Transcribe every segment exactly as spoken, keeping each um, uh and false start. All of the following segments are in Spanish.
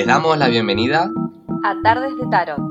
damos la bienvenida a Tardes de Tarot.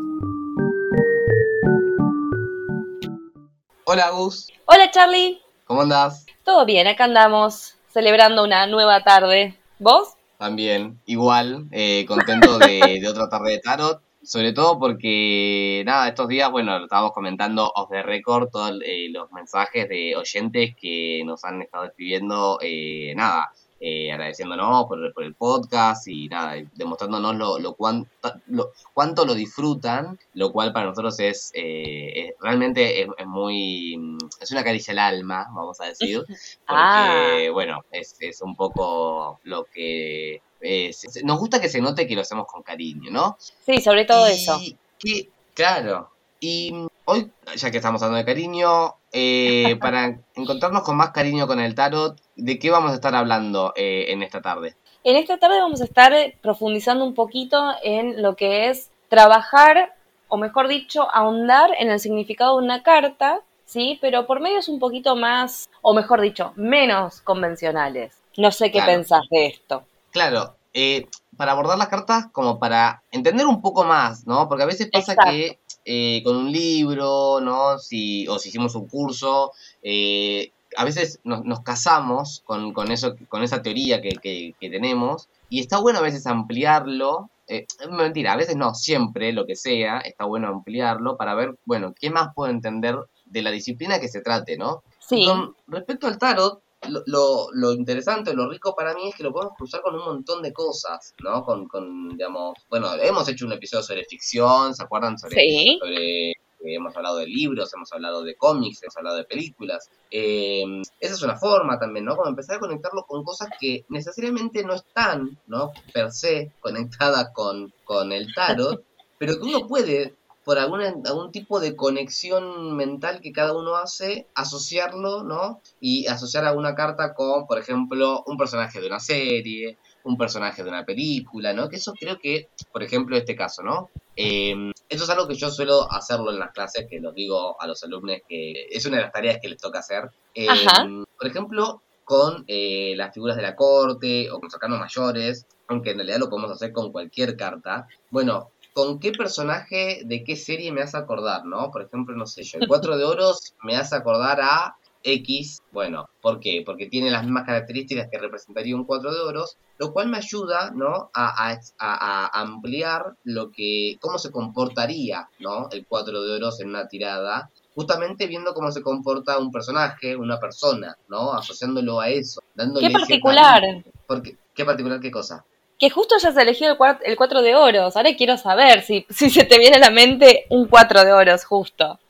Hola Gus. Hola Charlie. ¿Cómo andás? Todo bien, acá andamos celebrando una nueva tarde. ¿Vos? También, igual, eh, contento de, de otra tarde de tarot, sobre todo porque, nada, estos días, bueno, lo estábamos comentando off the record, todos eh, los mensajes de oyentes que nos han estado escribiendo, eh, nada, eh, agradeciéndonos por, por el podcast y nada, demostrándonos lo, lo, cuanta, lo cuánto lo disfrutan, lo cual para nosotros es, eh, es realmente es, es muy, es una caricia al alma, vamos a decir, porque, Ah. bueno, es, es un poco lo que... Eh, se- se- nos gusta que se note que lo hacemos con cariño, ¿no? Sí, sobre todo eso. Y que, claro, y mm, hoy, ya que estamos hablando de cariño, eh, para encontrarnos con más cariño con el tarot, ¿de qué vamos a estar hablando eh, en esta tarde? En esta tarde vamos a estar profundizando un poquito en lo que es trabajar, o mejor dicho, ahondar en el significado de una carta, ¿sí? Pero por medios un poquito más, o mejor dicho, menos convencionales. No sé qué Claro. pensás de esto. Claro, eh, para abordar las cartas como para entender un poco más, ¿no? Porque a veces pasa Exacto. que eh, con un libro, ¿no? Si, o si hicimos un curso, eh, a veces nos, nos casamos con, con, eso, con esa teoría que, que, que tenemos y está bueno a veces ampliarlo. Eh, mentira, a veces no, siempre, lo que sea, está bueno ampliarlo para ver, bueno, qué más puedo entender de la disciplina que se trate, ¿no? Y Sí. con respecto al tarot, lo, lo, lo interesante, lo rico para mí es que lo podemos cruzar con un montón de cosas, ¿no? Con, con digamos, bueno, hemos hecho un episodio sobre ficción, ¿se acuerdan? Sobre, Sí. sobre eh, hemos hablado de libros, hemos hablado de cómics, hemos hablado de películas. Eh, esa es una forma también, ¿no? Como empezar a conectarlo con cosas que necesariamente no están, ¿no? Per se conectadas con, con el tarot, pero que uno puede por alguna, algún tipo de conexión mental que cada uno hace, asociarlo, ¿no? Y asociar a una carta con, por ejemplo, un personaje de una serie, un personaje de una película, ¿no? Que eso creo que, por ejemplo, este caso, ¿no? Eh, eso es algo que yo suelo hacerlo en las clases, que los digo a los alumnos, que es una de las tareas que les toca hacer. Eh, Ajá. por ejemplo, con eh, las figuras de la corte o con los arcanos mayores, aunque en realidad lo podemos hacer con cualquier carta. Bueno, ¿con qué personaje de qué serie me hace acordar, no? Por ejemplo, no sé yo, el cuatro de oros me hace acordar a X, bueno, ¿por qué? Porque tiene las mismas características que representaría un cuatro de oros, lo cual me ayuda, ¿no? A, a, a, a ampliar lo que, cómo se comportaría, ¿no? El cuatro de oros en una tirada, justamente viendo cómo se comporta un personaje, una persona, ¿no? Asociándolo a eso, dándole Qué cierta particular. vida. Porque, ¿qué particular qué cosa? Que justo hayas elegido el, cuart- el cuatro de oros. Ahora quiero saber si, si se te viene a la mente un cuatro de oros, justo.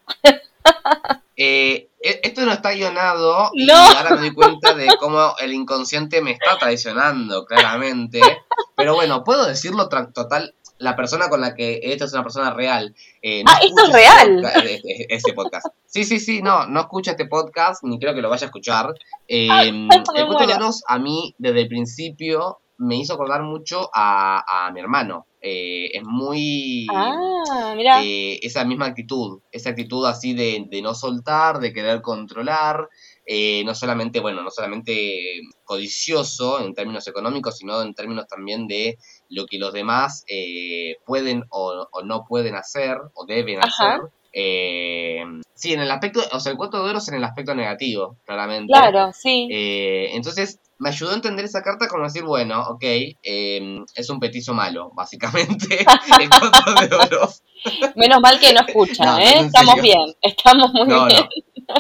Eh, esto no está guionado y No. ahora me doy cuenta de cómo el inconsciente me está traicionando, claramente. Pero bueno, puedo decirlo tra- total. La persona con la que esto es una persona real. Eh, no Ah, esto es escucha ese real. podcast, ese, ese podcast. Sí, sí, sí, no, no escucha este podcast, ni creo que lo vaya a escuchar. Eh, Me el cuatro de muero. oros a mí, desde el principio, me hizo acordar mucho a, a mi hermano. Eh, es muy... Ah, mirá. eh, esa misma actitud, esa actitud así de, de no soltar, de querer controlar, eh, no solamente, bueno, no solamente codicioso en términos económicos, sino en términos también de lo que los demás eh, pueden o, o no pueden hacer o deben hacer. Ajá. Eh, sí, en el aspecto, o sea, el cuatro de oros en el aspecto negativo, claramente. Claro, sí. Eh, entonces, me ayudó a entender esa carta como decir, bueno, ok, eh, es un petizo malo, básicamente, el cuatro de oros. Menos mal que no escucha, No, ¿eh? hablando en Estamos serio. bien. Estamos muy No, bien. no.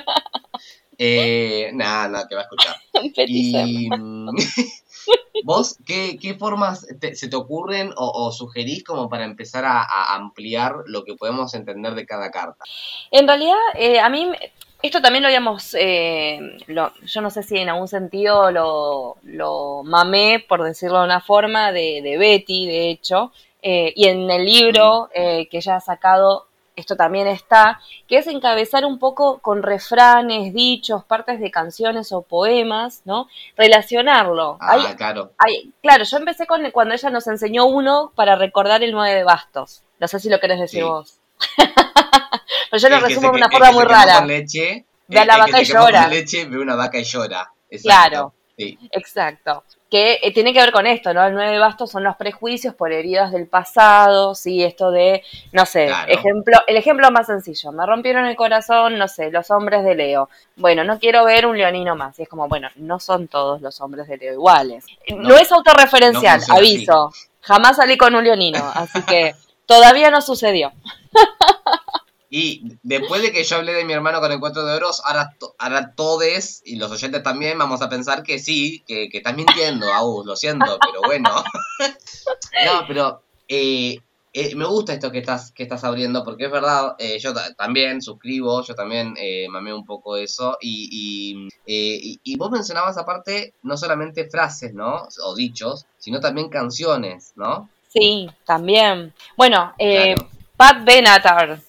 Eh, nada, nada, que va a escuchar. Peticemos. Y mm, vos, ¿qué, qué formas te- se te ocurren o, o sugerís como para empezar a, a ampliar lo que podemos entender de cada carta? En realidad, eh, a mí, me- esto también lo habíamos, eh, lo- yo no sé si en algún sentido lo, lo mamé, por decirlo de una forma, de, de Betty, de hecho, eh, y en el Mm, libro eh, que ella ha sacado, esto también está, que es encabezar un poco con refranes, dichos, partes de canciones o poemas, ¿no? Relacionarlo. Hay, Ah, claro. hay, claro, yo empecé con cuando ella nos enseñó uno para recordar el nueve de bastos. No sé si lo querés decir Sí. vos. Pero yo lo El que resumo se, de que, una el forma que muy se quemó rara. con leche, Ve a el, la el que vaca y se quemó llora. con leche ve una vaca y llora. Exacto. Claro, Sí. exacto. que eh, tiene que ver con esto, ¿no? El nueve de bastos son los prejuicios por heridas del pasado, sí, esto de, no sé, Claro. ejemplo, el ejemplo más sencillo, me rompieron el corazón, no sé, los hombres de Leo. Bueno, no quiero ver un leonino más. Y es como, bueno, no son todos los hombres de Leo iguales. No, No, es autorreferencial, no aviso. Jamás salí con un leonino, así que todavía no sucedió. Y después de que yo hablé de mi hermano con Encuentro de Oros, ahora, to- ahora todes, y los oyentes también, vamos a pensar que sí, que, que estás mintiendo, Agus, lo siento, pero bueno. No, pero eh, eh, me gusta esto que estás, que estás abriendo, porque es verdad, eh, yo ta- también suscribo, yo también eh, mamé un poco eso, y, y, eh, y, y vos mencionabas aparte no solamente frases, ¿no? O dichos, sino también canciones, ¿no? Sí, también. Bueno, eh, Claro, Pat Benatar.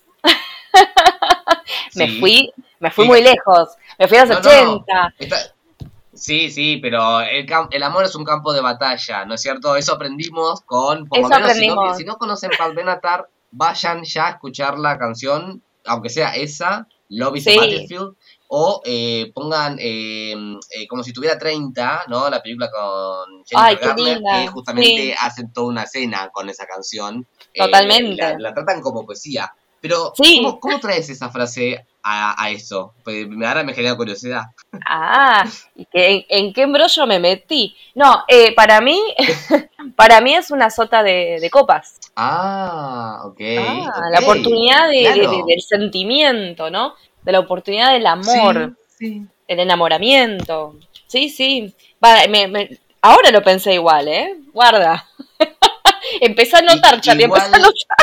Me sí. fui, me fui ¿Qué muy ca- lejos. Me fui a los No, no, no. ochenta. Está, sí, sí, pero el, cam- el amor es un campo de batalla, ¿no es cierto? Eso aprendimos con, por lo Eso menos, si no, aprendimos. si no conocen Pat Benatar, vayan ya a escuchar la canción, aunque sea esa, Love is a Sí. Battlefield, o eh, pongan eh, eh, como si tuviera treinta, ¿no? La película con Ay, Jennifer qué Garner, que linda. justamente Sí, hacen toda una escena con esa canción, eh, y la, totalmente. la tratan como poesía. Pero, Sí. ¿cómo, cómo traes esa frase a, a eso? Pues ahora me genera curiosidad. Ah, ¿y que, en, en qué embrollo me metí? No, eh, para mí, para mí es una sota de, de copas. Ah, ok, Ah, ok, la oportunidad de, de- de- claro. del sentimiento, ¿no? De la oportunidad del amor, Sí, sí. el enamoramiento. Sí, sí. Va, me- me- ahora lo pensé igual, ¿eh? Guarda. Empecé a I- notar, Charlie, empecé a igual, notar.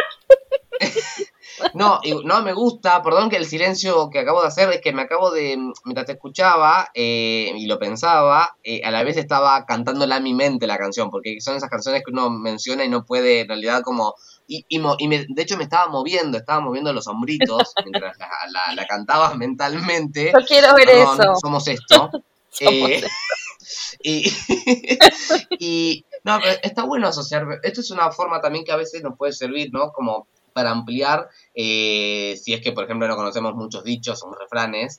no, i- no me gusta, perdón que el silencio que acabo de hacer es que me acabo de, mientras te escuchaba eh, y lo pensaba, eh, a la vez estaba cantándola a mi mente la canción, porque son esas canciones que uno menciona y no puede en realidad como... Y, y, mo- y me- de hecho me estaba moviendo, estaba moviendo los hombritos mientras la, la, la cantaba mentalmente. Yo quiero ver Perdón, eso. somos esto. Somos Eh, Y, y no, pero está bueno asociar. Esto es una forma también que a veces nos puede servir, ¿no? Como para ampliar, eh, si es que, por ejemplo, no conocemos muchos dichos o refranes,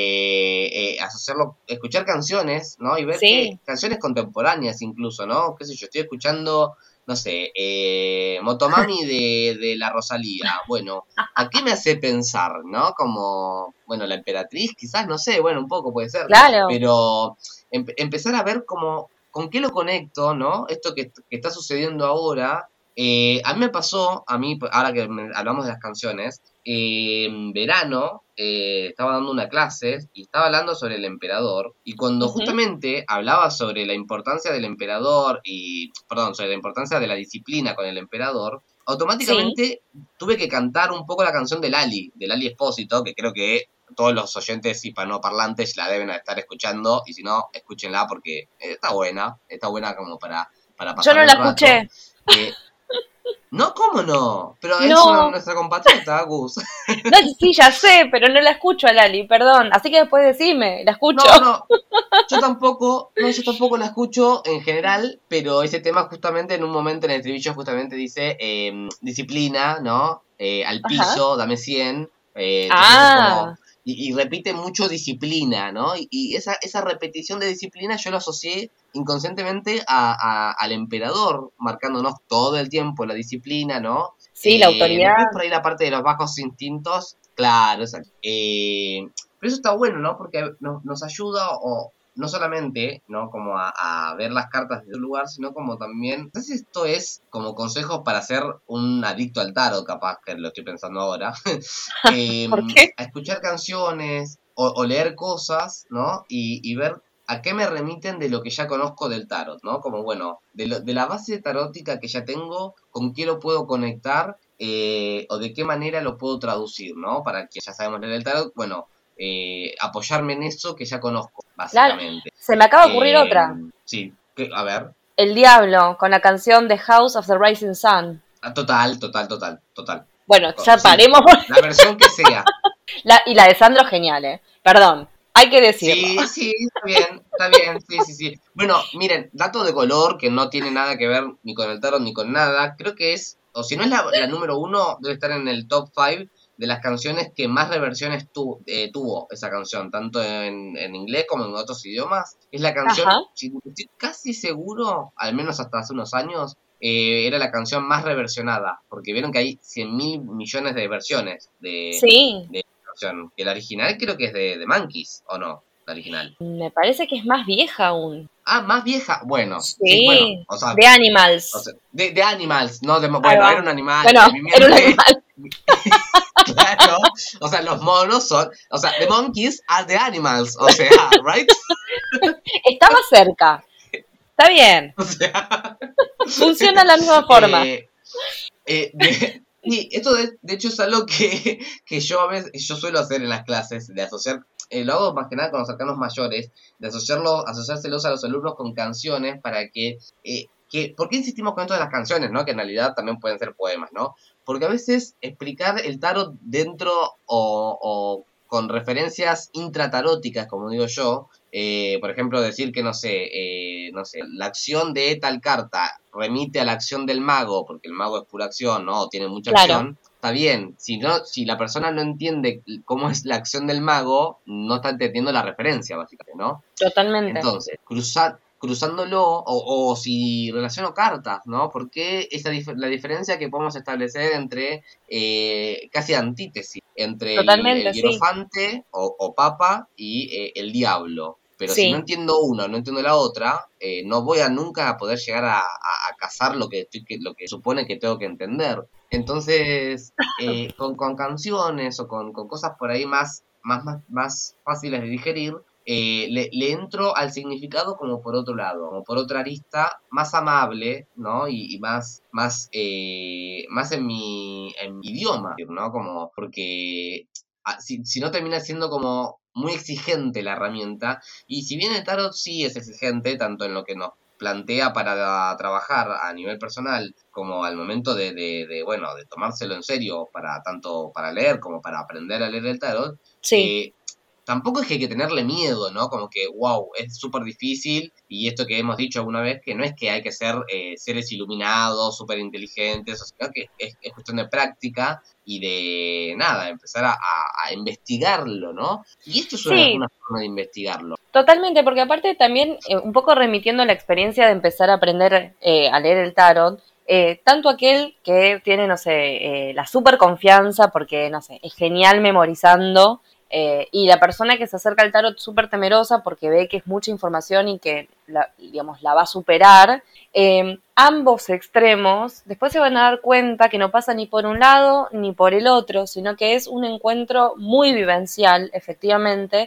eh, eh, asociarlo, escuchar canciones, ¿no? Y ver que Sí. canciones contemporáneas incluso, ¿no? Qué sé yo, estoy escuchando, no sé, eh, Motomami de, de la Rosalía. Bueno, ¿a qué me hace pensar, no? Como, bueno, la emperatriz, quizás, no sé, bueno, un poco puede ser, Claro. pero em- empezar a ver como con qué lo conecto, ¿no? Esto que, que está sucediendo ahora. Eh, a mí me pasó, a mí, ahora que me- hablamos de las canciones, eh, en verano eh, estaba dando una clase y estaba hablando sobre el emperador. Y cuando Ujú. justamente hablaba sobre la importancia del emperador y, perdón, sobre la importancia de la disciplina con el emperador, Sí. automáticamente tuve que cantar un poco la canción de Lali, de Lali Espósito, que creo que todos los oyentes hispanoparlantes la deben estar escuchando, y si no, escúchenla porque eh, está buena, está buena como para, para Yo pasar no un la rato. escuché. Eh, no, ¿cómo no? Pero es una, No. nuestra compatriota, Gus. No, sí, ya sé, pero no la escucho a Lali, perdón. Así que después decime, la escucho. No, no, yo tampoco, no, yo tampoco la escucho en general, pero ese tema justamente en un momento en el estribillo justamente dice eh, disciplina, ¿no? Eh, al Ajá. piso, dame cien. Eh, entonces es como, Ah, y, y repite mucho disciplina, ¿no? Y, y esa, esa repetición de disciplina yo lo asocié inconscientemente a, a- al emperador, marcándonos todo el tiempo la disciplina, ¿no? sí, la Eh, después autoridad. por ahí la parte de los bajos instintos, claro, exacto. Eh, pero eso está bueno, ¿no? Porque nos, nos ayuda o no solamente, ¿no? Como a, a ver las cartas de un lugar, sino como también, no sé si esto es como consejos para ser un adicto al tarot, capaz que lo estoy pensando ahora, eh, ¿Por qué? a escuchar canciones o, o leer cosas, ¿no? Y, y ver a qué me remiten de lo que ya conozco del tarot, ¿no? Como, bueno, de, lo, de la base tarótica que ya tengo, con qué lo puedo conectar eh, o de qué manera lo puedo traducir, ¿no? Para que ya sabemos leer el tarot, bueno, eh, apoyarme en eso que ya conozco, Claro. básicamente. Se me acaba de ocurrir Eh, otra. sí, que- a ver. El Diablo, con la canción The House of the Rising Sun. Ah, total, total, total, total. Bueno, Co- ya Sí, paremos. la versión que sea. La, y la de Sandro, genial, ¿eh? Perdón, hay que decirlo. Sí, sí, está bien, está bien, sí, sí, sí. Bueno, miren, dato de color que no tiene nada que ver ni con el tarot ni con nada, creo que es, o si no es la, la número uno, debe estar en el top five, de las canciones que más reversiones tu, eh, tuvo esa canción, tanto en, en inglés como en otros idiomas. Es la Ajá. canción, si- estoy casi seguro, al menos hasta hace unos años, eh, era la canción más reversionada, porque vieron que hay cien mil millones de versiones de, Sí, de la canción. Que la original creo que es de, de Monkeys, ¿o no? La original. me parece que es más vieja aún. Ah, más vieja. Bueno, sí, bueno, Sí, o sea, de o Animals. sea, de, de Animals, no de, mo- Ahí bueno, era va. un animal, Bueno, en mi era un mente, animal. claro, o sea, los monos son, o sea, the monkeys are the animals, o sea, right? Estaba cerca. Está bien. O sea, Funciona de la misma forma. eh, eh, de- y esto de, de hecho es algo que, que yo a veces, yo suelo hacer en las clases, de asociar, eh, lo hago más que nada con los cercanos mayores, de asociarlo, asociárselos a los alumnos con canciones para que, eh, que, ¿por qué insistimos con esto de las canciones, no? Que en realidad también pueden ser poemas, ¿no? Porque a veces explicar el tarot dentro o, o con referencias intrataróticas, como digo yo, eh, por ejemplo, decir que, no sé, eh, no sé, la acción de tal carta remite a la acción del mago, porque el mago es pura acción, ¿no? Tiene mucha Claro, acción, está bien. Si no, si la persona no entiende cómo es la acción del mago, no está entendiendo la referencia, básicamente, ¿no? totalmente. Entonces, cruzar, cruzándolo, o, o si relaciono cartas, ¿no? Porque esa dif- la diferencia que podemos establecer entre eh, casi antítesis, entre el, el Totalmente, sí. hierofante o, o papa y eh, el diablo. Pero si no Sí. entiendo una, no entiendo la otra, eh, no voy a nunca a poder llegar a, a, a cazar lo que, estoy, que, lo que supone que tengo que entender. Entonces, eh, con, con canciones o con, con cosas por ahí más, más, más, más fáciles de digerir, eh, le, le entro al significado como por otro lado, como por otra arista, más amable, ¿no? Y, y más, más, eh, más en mi, en mi idioma, ¿no? Como, porque ah, si, si no termina siendo como muy exigente la herramienta, y si bien el tarot sí es exigente, tanto en lo que nos plantea para trabajar a nivel personal como al momento de, de, de, bueno, de tomárselo en serio para tanto para leer como para aprender a leer el tarot, Sí. eh, tampoco es que hay que tenerle miedo, ¿no? Como que, wow, es súper difícil y esto que hemos dicho alguna vez, que no es que hay que ser eh, seres iluminados, súper inteligentes, sino que es, es, cuestión de práctica y de, nada, empezar a, a, a investigarlo, ¿no? Y esto es una, Sí, una forma de investigarlo. totalmente, porque aparte también, eh, un poco remitiendo a la experiencia de empezar a aprender eh, a leer el tarot, eh, tanto aquel que tiene, no sé, eh, la super confianza porque, no sé, es genial memorizando, eh, y la persona que se acerca al tarot súper temerosa porque ve que es mucha información y que, la, digamos, la va a superar, eh, ambos extremos después se van a dar cuenta que no pasa ni por un lado ni por el otro, sino que es un encuentro muy vivencial, efectivamente,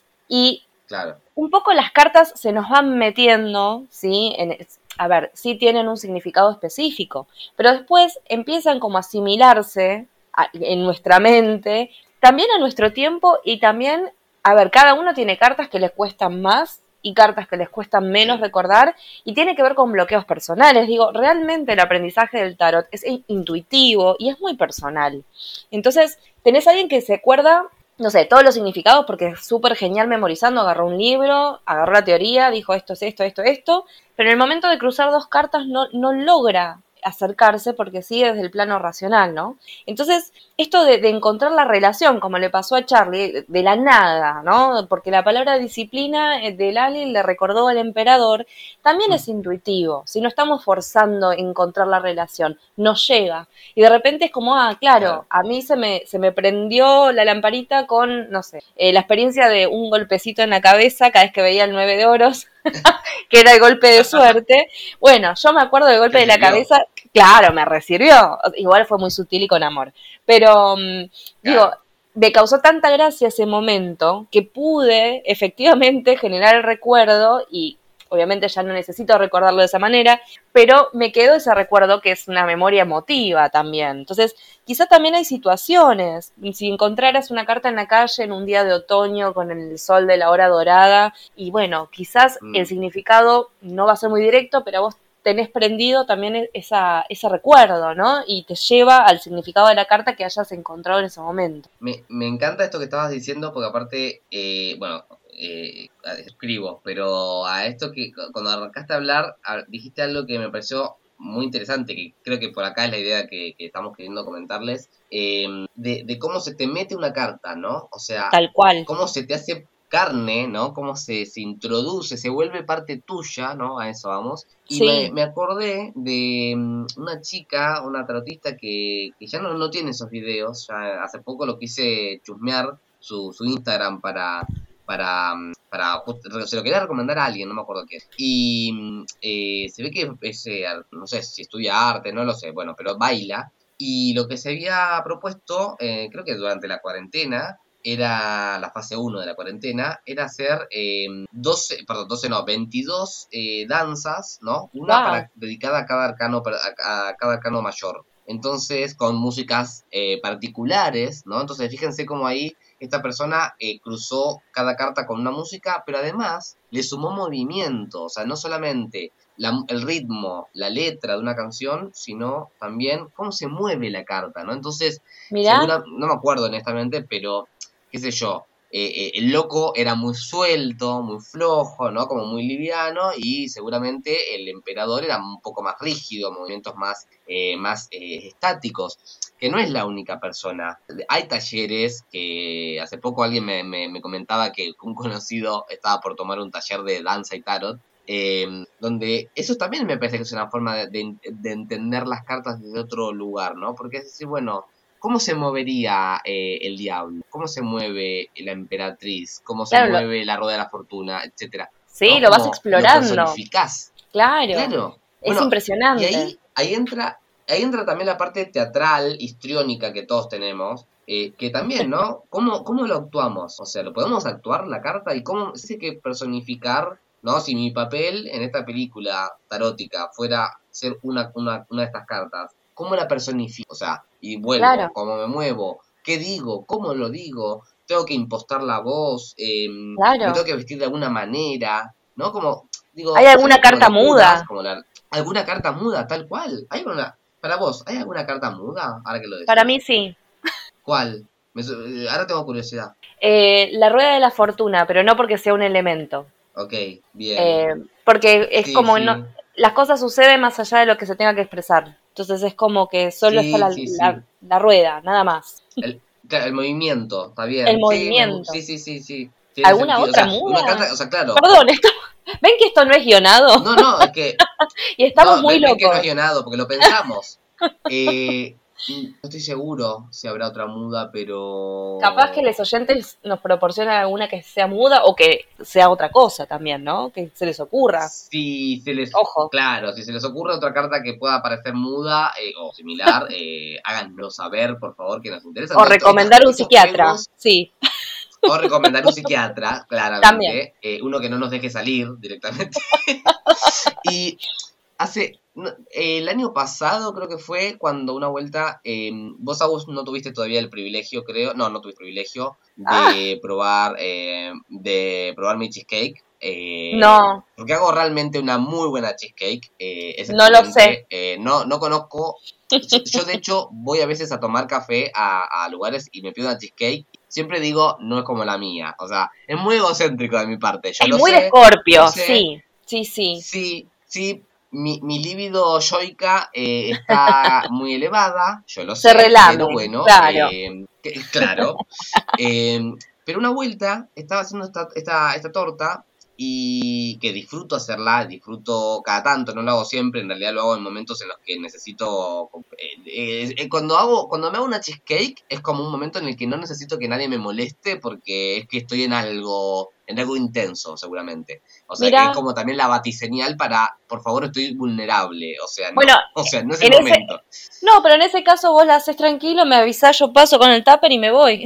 y Claro. un poco las cartas se nos van metiendo, ¿sí? En, a ver, sí tienen un significado específico, pero después empiezan como a asimilarse a, en nuestra mente, también a nuestro tiempo y también, a ver, cada uno tiene cartas que les cuestan más y cartas que les cuestan menos Sí. recordar y tiene que ver con bloqueos personales. Digo, realmente el aprendizaje del tarot es intuitivo y es muy personal. Entonces, tenés a alguien que se acuerda, no sé, todos los significados porque es súper genial memorizando, agarró un libro, agarró la teoría, dijo esto es esto, esto, esto, pero en el momento de cruzar dos cartas no, no logra acercarse porque sigue desde el plano racional, ¿no? Entonces, esto de, de encontrar la relación, como le pasó a Charlie, de la nada, ¿no? Porque la palabra disciplina del alien le recordó al emperador, también es intuitivo, si no estamos forzando encontrar la relación, nos llega. Y de repente es como, ah, claro, Claro. a mí se me, se me prendió la lamparita con, no sé, eh, la experiencia de un golpecito en la cabeza cada vez que veía el nueve de oros, que era el golpe de suerte. Bueno, yo me acuerdo del golpe ¿Te de la sirvió? cabeza, claro, me resirvió. Igual fue muy sutil y con amor. Pero, um, digo, Claro. me causó tanta gracia ese momento que pude efectivamente generar el recuerdo y obviamente ya no necesito recordarlo de esa manera, pero me quedó ese recuerdo que es una memoria emotiva también. Entonces, quizá también hay situaciones. Si encontraras una carta en la calle en un día de otoño con el sol de la hora dorada, y bueno, quizás el Mm. significado no va a ser muy directo, pero vos tenés prendido también esa, ese recuerdo, ¿no? Y te lleva al significado de la carta que hayas encontrado en ese momento. Me, me encanta esto que estabas diciendo porque aparte, eh, bueno, eh, escribo, pero a esto que cu- cuando arrancaste a hablar, a- dijiste algo que me pareció muy interesante, que creo que por acá es la idea que, que estamos queriendo comentarles, eh, de, de cómo se te mete una carta, ¿no? O sea, Tal cual. cómo se te hace carne, ¿no? Cómo se, se introduce, se vuelve parte tuya, ¿no? A eso vamos. Y me, Sí, me acordé de mm, una chica, una tarotista que, que ya no, no tiene esos videos, ya hace poco lo quise chusmear su, su Instagram para, para, mm, para, just- se lo quería recomendar a alguien, no me acuerdo quién. Y mm, eh, se ve que es, eh, ar- no sé si estudia arte, no lo sé, bueno, pero baila. Y lo que se había propuesto, eh, creo que durante la cuarentena, era la fase uno de la cuarentena, era hacer eh, doce, perdón, doce no, veintidós eh, danzas, ¿no? Una wow, para dedicada a cada arcano, a, a cada arcano mayor. Entonces, con músicas eh, particulares, ¿no? Entonces, fíjense cómo ahí esta persona eh, cruzó cada carta con una música, pero además le sumó movimiento, o sea, no solamente la, el ritmo, la letra de una canción, sino también cómo se mueve la carta, ¿no? Entonces, mirá, segura, no me acuerdo honestamente, pero qué sé yo, eh, eh, el loco era muy suelto, muy flojo, ¿no? Como muy liviano y seguramente el emperador era un poco más rígido, movimientos más, eh, más eh, estáticos, que no es la única persona. Hay talleres que hace poco alguien me, me, me comentaba que un conocido estaba por tomar un taller de danza y tarot, eh, donde eso también me parece que es una forma de, de, de entender las cartas desde otro lugar, ¿no? Porque es decir, bueno, ¿cómo se movería eh, el diablo? ¿Cómo se mueve la emperatriz? ¿Cómo se claro, lo- mueve la rueda de la fortuna? Etcétera. sí, ¿No? lo vas ¿Cómo lo explorando, personificás? claro, Claro. es Bueno, y impresionante. ahí, ahí entra, ahí entra también la parte teatral, histriónica que todos tenemos, eh, que también, ¿no? ¿Cómo, ¿Cómo lo actuamos? O sea, ¿lo podemos actuar la carta? ¿Y cómo se hay que personificar, ¿no? Si mi papel en esta película tarótica fuera ser una, una, una de estas cartas, ¿cómo la personifico? O sea, y vuelvo, Claro, ¿cómo me muevo? ¿Qué digo? ¿Cómo lo digo? ¿Tengo que impostar la voz? Eh, ¿Me tengo claro. que vestir de alguna manera? ¿No? Como, ¿Hay digo, alguna somos como carta locuras, muda? como la, alguna carta muda, tal cual. ¿Hay una, para vos, ¿hay alguna carta muda? Ahora que lo Para decís. mí sí. ¿Cuál? Me su- eh, ahora tengo curiosidad. Eh, la rueda de la fortuna, pero no porque sea un elemento. Ok, bien. Eh, porque es Sí, como no, sí. las cosas suceden más allá de lo que se tenga que expresar. Entonces es como que solo está Sí, la, sí, la, sí. la rueda, nada más. El, claro, el movimiento, está El bien. Sí, me, gu- movimiento. sí, sí, sí, sí. Tiene ¿Alguna sentido. O otra sea, una muda? carta, o sea, claro. Perdón, esto, ven que esto no es guionado No, no, es que y estamos no, muy ven, ven que no es locos. guionado, porque lo pensamos. Eh, mm, no estoy seguro si habrá otra muda, Capaz que pero los oyentes nos proporcionan alguna que sea muda o que sea otra cosa también, ¿no? Que se les ocurra. si se les, Ojo. claro, si se les ocurre otra carta que pueda parecer muda eh, o similar, eh, háganoslo saber, por favor, que nos interesan O todos estos, estas- recomendar un estos psiquiatra. juegos. Sí, O recomendar un psiquiatra, también. claramente, eh, uno que no nos deje salir directamente. Y hace, no, eh, el año pasado creo que fue cuando una vuelta, eh, vos Agus no tuviste todavía el privilegio, creo, no, no tuviste privilegio Ah, de probar, eh, de probar mi cheesecake, eh, no, porque hago realmente una muy buena cheesecake, eh, es no lo sé. excelente, eh, no, no conozco, yo, yo, de hecho voy a veces a tomar café a, a lugares y me pido una cheesecake, siempre digo, no es como la mía, o sea, es muy egocéntrico de mi parte, yo Es lo muy de sé, lo Escorpio, sé, sí, sí, sí. sí, sí, mi, mi libido yoica eh, está muy elevada, yo lo Se sé, pero relame, bueno, claro. eh, que- claro. Eh, pero una vuelta estaba haciendo esta, esta, esta torta y que disfruto hacerla, disfruto cada tanto, no lo hago siempre, en realidad lo hago en momentos en los que necesito... eh, eh, eh, cuando, hago, cuando me hago una cheesecake es como un momento en el que no necesito que nadie me moleste porque es que estoy en algo, en algo intenso seguramente. O sea, que es Mira, como también la batiseñal para, por favor, estoy vulnerable, o sea, bueno, no, o sea, no es el en ese, momento. no, pero en ese caso vos la haces tranquilo, me avisás, yo paso con el tupper y me voy.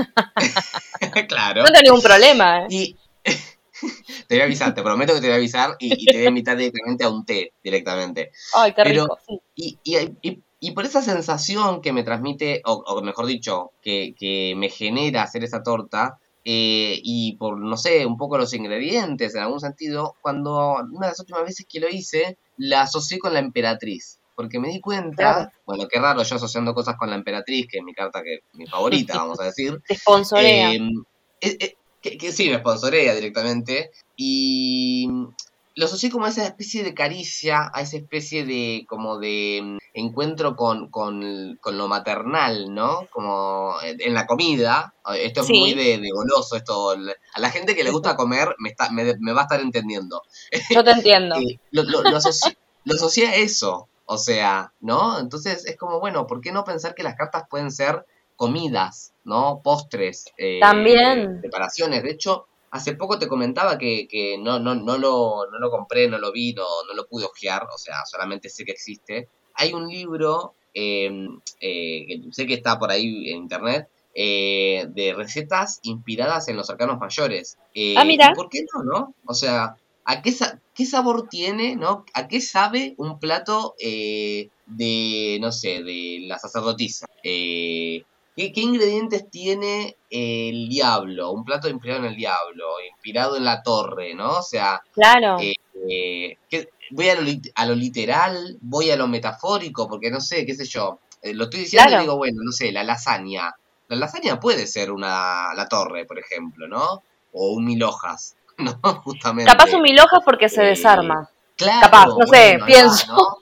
No Claro. tengo ningún problema, ¿eh? Y te voy a avisar, te prometo que te voy a avisar y, y te voy a invitar directamente a un té, directamente. Ay, qué Pero, rico, sí. y, y, y, y por esa sensación que me transmite, o, o mejor dicho, que, que me genera hacer esa torta, eh, y por, no sé, un poco los ingredientes en algún sentido, cuando una de las últimas veces que lo hice, la asocié con la emperatriz. Porque me di Claro. cuenta, bueno, qué raro yo asociando cosas con la emperatriz, que es mi carta, que mi favorita, vamos a decir, Te sponsorea. eh, eh, eh, que, que sí, me sponsorea directamente. Y lo asocié como a esa especie de caricia, a esa especie de como de mm, encuentro con, con, con lo maternal, ¿no? Como en en la comida. Esto es muy Sí, de, de goloso, esto. A la gente que le sí, sí. gusta comer me, está, me, me va a estar entendiendo. Yo te entiendo. Eh, lo, lo, lo asocié, lo asocié a eso, o sea, ¿no? Entonces es como, bueno, ¿por qué no pensar que las cartas pueden ser comidas, ¿no? Postres, eh, También. preparaciones. De hecho, hace poco te comentaba que, que no, no, no, lo, no lo compré, no lo vi, no, no lo pude hojear, o sea, solamente sé que existe. Hay un libro, eh, eh, que sé que está por ahí en internet, eh, de recetas inspiradas en los arcanos mayores. Ah, Eh, ¿y mira, por qué no, no? O sea, ¿a qué, sa- qué sabor tiene, no? ¿A qué sabe un plato eh, de, no sé, de la sacerdotisa? Eh, ¿qué, qué ingredientes tiene el diablo? Un plato inspirado en el diablo, inspirado en la torre, ¿no? O sea, claro, eh, eh, ¿qué- voy a lo, lit- a lo literal, voy a lo metafórico, porque no sé, qué sé yo. Eh, lo estoy diciendo y claro. digo, bueno, no sé, la lasaña. La lasaña puede ser una, la torre, por ejemplo, ¿no? O un mil hojas, ¿no? Capaz un Justamente. mil hojas porque se Eh, desarma. Capaz, claro, no sé, bueno, ahí va, pienso. ¿no?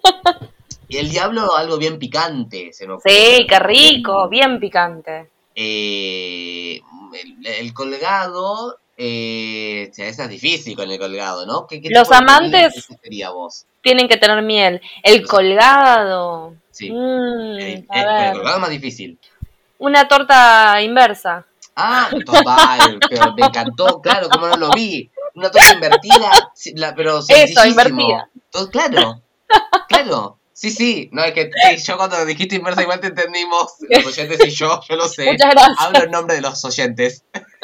Y el diablo, algo bien picante, se me ocurre, Sí, qué ¿no? rico, bien picante. Eh, el, el colgado, eh, o sea, esa es difícil con el colgado, ¿no? ¿Qué, qué Los tipo de comida amantes sería vos? tienen que tener miel. El O sea, colgado. sí, Mm, el, a el- con el ver. colgado es más difícil. Una torta inversa. Ah, to- ay, pero me encantó, claro, cómo no lo vi. Una torta invertida, sí, la- pero Eso, invertida. sencillísimo. Todo claro, claro. Sí, sí, no, es que sí, yo cuando dijiste inversa igual te entendimos, los oyentes y yo, yo lo sé. Muchas Hablo en gracias. nombre de los oyentes.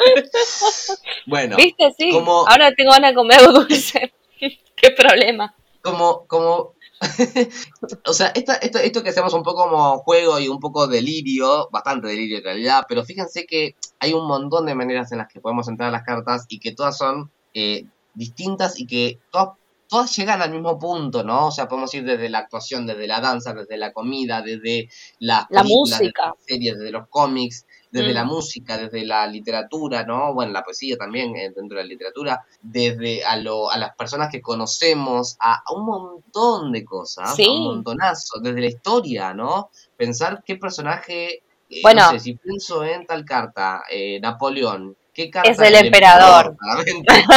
Bueno, ¿Viste? Sí. como, Ahora tengo ganas de comer algo dulce. Qué problema. como, como, o sea, esta, esto, esto que hacemos un poco como juego y un poco delirio, bastante delirio en realidad, pero fíjense que hay un montón de maneras en las que podemos entrar a las cartas y que todas son eh, distintas y que todas, todas llegan al mismo punto, ¿no? O sea, podemos ir desde la actuación, desde la danza, desde la comida, desde las La películas, desde música. las series, desde los cómics, desde la Mm, música, desde la literatura, ¿no? Bueno, la poesía también eh, dentro de la literatura, desde a, lo, a las personas que conocemos, a, a un montón de cosas, a un sí. montonazo, desde la historia, ¿no? Pensar qué personaje, eh, no sé, Bueno, si pienso en tal carta, eh, Napoleón, ¿qué es carta? el El emperador, emperador. claramente.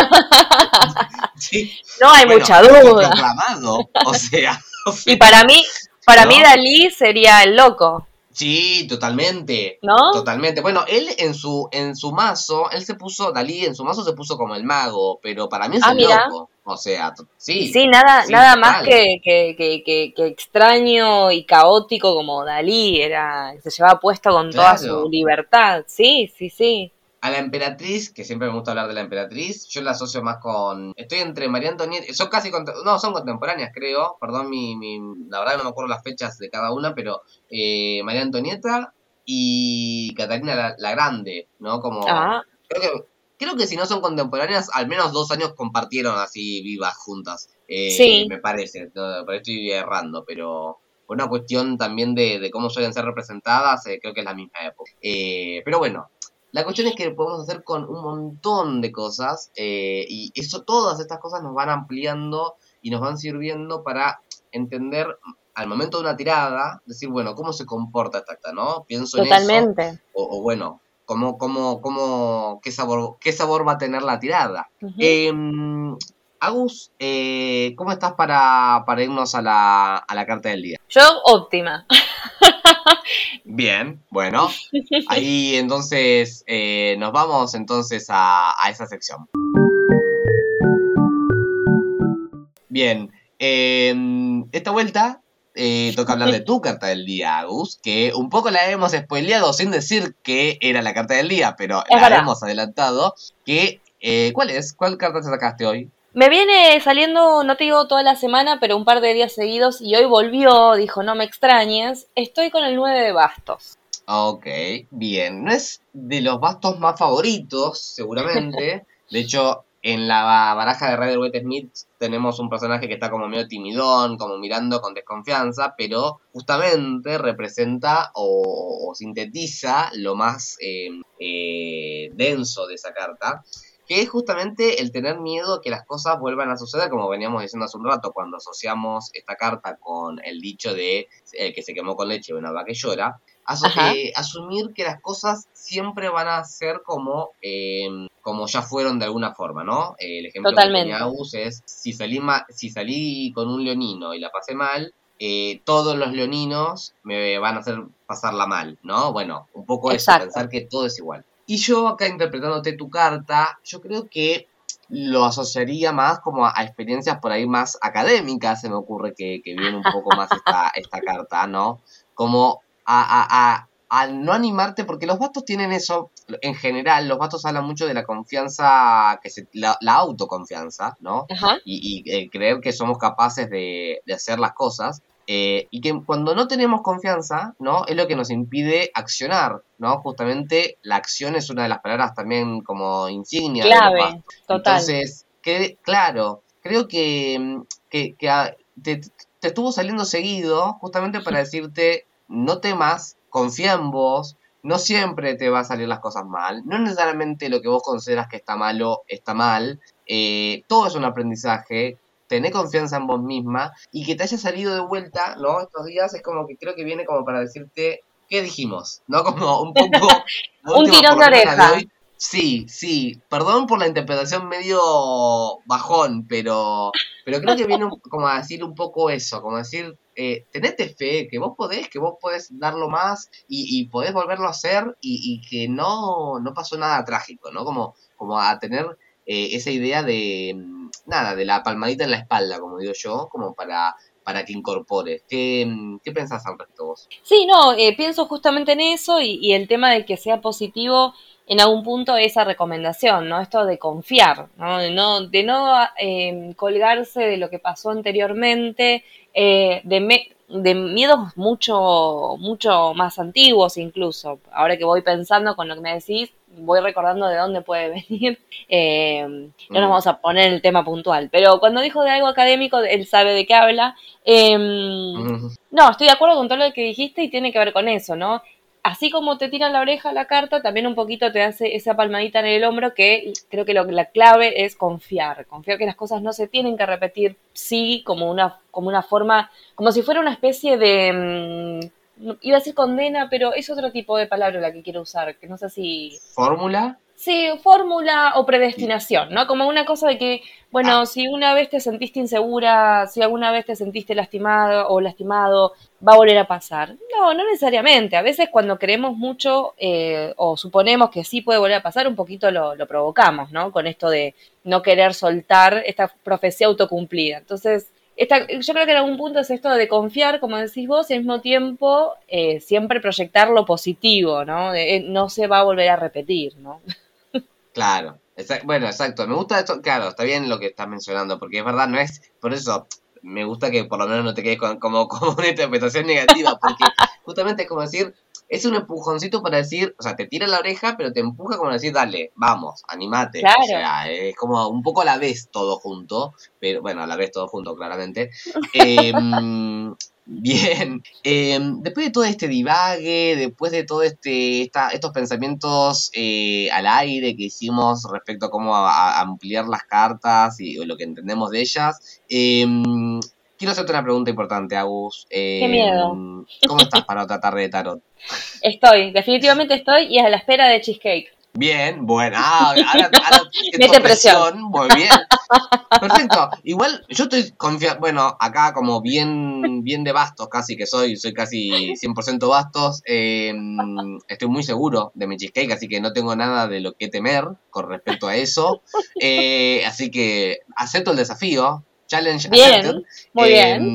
Sí, No hay bueno, mucha duda. autoproclamado, o sea, o Y sea, para mí, para mí ¿no? Dalí sería el loco, Sí, totalmente. ¿no? Totalmente. Bueno, él en su, en su mazo, él se puso, Dalí en su mazo se puso como el mago, pero para mí es Ah, el mira. loco. O sea, to- Y sí, sí, nada, sí, nada más total. que, que, que, que, que extraño y caótico como Dalí, era, se llevaba puesto con toda su Claro. libertad. Sí, sí, sí. A la emperatriz, que siempre me gusta hablar de la emperatriz, yo la asocio más con. Estoy entre María Antonieta. Son casi. Contem- No, son contemporáneas, creo. Perdón, mi, mi, la verdad que no me acuerdo las fechas de cada una, pero eh, María Antonieta y Catalina la, la Grande, ¿no? Como. Ah, Creo que, creo que si no son contemporáneas, al menos dos años compartieron así vivas juntas. Eh, sí, me parece. No, por ahí estoy errando, pero. Por una cuestión también de, de cómo suelen ser representadas, eh, creo que es la misma época. Eh, pero bueno, la cuestión es que podemos hacer con un montón de cosas eh, y eso, todas estas cosas nos van ampliando y nos van sirviendo para entender al momento de una tirada, decir, bueno, ¿cómo se comporta esta acta, no? Pienso en eso, totalmente. o, o bueno, ¿cómo, cómo, cómo, qué sabor, qué sabor va a tener la tirada? Ujú. Eh, Agus, eh, ¿cómo estás para, para irnos a la, a la carta del día? Yo óptima. Bien, bueno, ahí entonces eh, nos vamos entonces a, a esa sección. Bien, eh, esta vuelta eh, toca hablar de tu carta del día, Agus, que un poco la hemos spoileado sin decir que era la carta del día, pero Es la verdad. hemos adelantado. Que, eh, ¿cuál es? ¿Cuál carta te sacaste hoy? Me viene saliendo, no te digo toda la semana, pero un par de días seguidos y hoy volvió, dijo, no me extrañes. Estoy con el nueve de bastos. Ok, bien. No es de los bastos más favoritos, seguramente. De hecho, en la baraja de Rider Waite Smith tenemos un personaje que está como medio timidón, como mirando con desconfianza, pero justamente representa o, o sintetiza lo más eh, eh, denso de esa carta. que es justamente el tener miedo a que las cosas vuelvan a suceder, como veníamos diciendo hace un rato, cuando asociamos esta carta con el dicho de el que se quemó con leche, una vaca que llora, aso- eh, asumir que las cosas siempre van a ser como, eh, como ya fueron de alguna forma, ¿no? Eh, el ejemplo Totalmente. que ponía Agus es, si salí, ma- si salí con un leonino y la pasé mal, eh, todos los leoninos me van a hacer pasarla mal, ¿no? Bueno, un poco eso, Exacto. pensar que todo es igual. Y yo acá interpretándote tu carta, yo creo que lo asociaría más como a, a experiencias por ahí más académicas, se me ocurre que, que viene un poco más esta, esta carta, ¿no? Como a, a, a, a no animarte, porque los bastos tienen eso, en general, los bastos hablan mucho de la confianza, que se, la, la autoconfianza, ¿no? Ajá. Y, y eh, creer que somos capaces de, de hacer las cosas. Eh, y que cuando no tenemos confianza, ¿no? Es lo que nos impide accionar, ¿no? Justamente la acción es una de las palabras también como insignia de los Clave, bastos. total. Entonces, que, claro, creo que, que, que a- te, te estuvo saliendo seguido justamente para decirte, no temas, confía en vos, no siempre te va a salir las cosas mal, no necesariamente lo que vos consideras que está malo está mal, eh, todo es un aprendizaje, tené confianza en vos misma y que te haya salido de vuelta, ¿no? Estos días es como que creo que viene como para decirte, ¿qué dijimos? ¿No? Como un poco, la Un última, tirón por lo de menos la de oreja. hoy. Sí, sí, perdón por la interpretación medio bajón, pero, pero creo que viene un- como a decir un poco eso, como a decir, eh, tenete fe, que vos podés, que vos podés darlo más y, y podés volverlo a hacer y, y que no, no pasó nada trágico, ¿no? Como, como a tener eh, esa idea de, mm, nada, de la palmadita en la espalda, como digo yo, como para, para que incorpores. ¿Qué, mm, qué pensás al respecto vos? Sí, no, eh, pienso justamente en eso y, y el tema de que sea positivo en algún punto esa recomendación, ¿no? Esto de confiar, ¿no? De no, de no eh, colgarse de lo que pasó anteriormente, eh, de, me, de miedos mucho, mucho más antiguos incluso. Ahora que voy pensando con lo que me decís, voy recordando de dónde puede venir. Eh, no nos Mm, vamos a poner el tema puntual, pero cuando dijo de algo académico, él sabe de qué habla. Eh, mm, no, estoy de acuerdo con todo lo que dijiste y tiene que ver con eso, ¿no? Así como te tiran la oreja la carta, también un poquito te hace esa palmadita en el hombro que creo que lo, la clave es confiar, confiar que las cosas no se tienen que repetir, sí, como una, como una forma, como si fuera una especie de, mmm, iba a decir condena, pero es otro tipo de palabra la que quiero usar, que no sé si... ¿Fórmula? Sí, fórmula o predestinación, ¿no? Como una cosa de que, Ah, bueno, si una vez te sentiste insegura, si alguna vez te sentiste lastimado o lastimado, va a volver a pasar. No, no necesariamente. A veces cuando creemos mucho eh, o suponemos que sí puede volver a pasar, un poquito lo, lo provocamos, ¿no? Con esto de no querer soltar esta profecía autocumplida. Entonces, esta, yo creo que en algún punto es esto de confiar, como decís vos, y al mismo tiempo eh, siempre proyectar lo positivo, ¿no? De, eh, no se va a volver a repetir, ¿no? claro. Exa- bueno, exacto. Me gusta esto, claro, está bien lo que estás mencionando, porque es verdad, no es, por eso me gusta que por lo menos no te quedes con, como, como una interpretación negativa, porque justamente es como decir, es un empujoncito para decir, o sea, te tira la oreja, pero te empuja como decir, dale, vamos, animate. O Claro. sea, es como un poco a la vez todo junto, pero bueno, a la vez todo junto, claramente. Em, Bien, eh, después de todo este divague, después de todo este, esta, estos pensamientos eh, al aire que hicimos respecto a cómo a- a ampliar las cartas y o lo que entendemos de ellas, eh, quiero hacerte una pregunta importante, Agus. Qué Eh, miedo. ¿cómo estás para otra tarde de tarot? Estoy, definitivamente estoy y a la espera de cheesecake. Bien, bueno, ah, ahora, ahora siento Mete presión. presión, muy bien. Perfecto. Igual yo estoy confiado, bueno, acá como bien, bien de bastos casi que soy, soy casi cien por ciento bastos, eh, estoy muy seguro de mi cheesecake, así que no tengo nada de lo que temer con respecto a eso. Eh, así que acepto el desafío, challenge accepted. Bien, muy Eh, bien.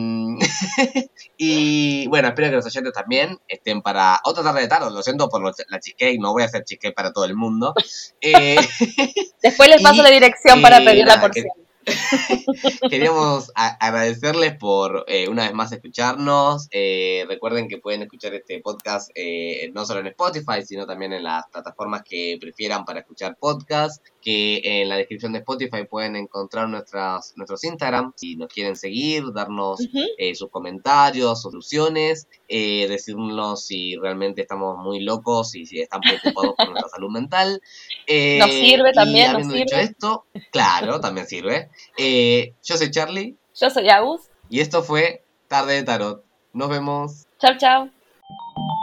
y bueno, espero que los oyentes también estén para otra tarde de tarde. Lo siento por los- la cheesecake, no voy a hacer cheesecake para todo el mundo. Eh, Después les paso la y dirección para eh, pedir la nada, que porción. queríamos a- agradecerles por eh, una vez más escucharnos. Eh, recuerden que pueden escuchar este podcast eh, no solo en Spotify, sino también en las plataformas que prefieran para escuchar podcast. que en la descripción de Spotify pueden encontrar nuestras, nuestros Instagram, si nos quieren seguir, darnos Ujú. eh, sus comentarios, soluciones, eh, decirnos si realmente estamos muy locos y si están preocupados por nuestra salud mental. Eh, Nos sirve y también, nos habiendo dicho sirve. esto, claro, también sirve. Eh, yo soy Charlie Yo soy Agus. y esto fue Tarde de Tarot. Nos vemos. Chau, chau.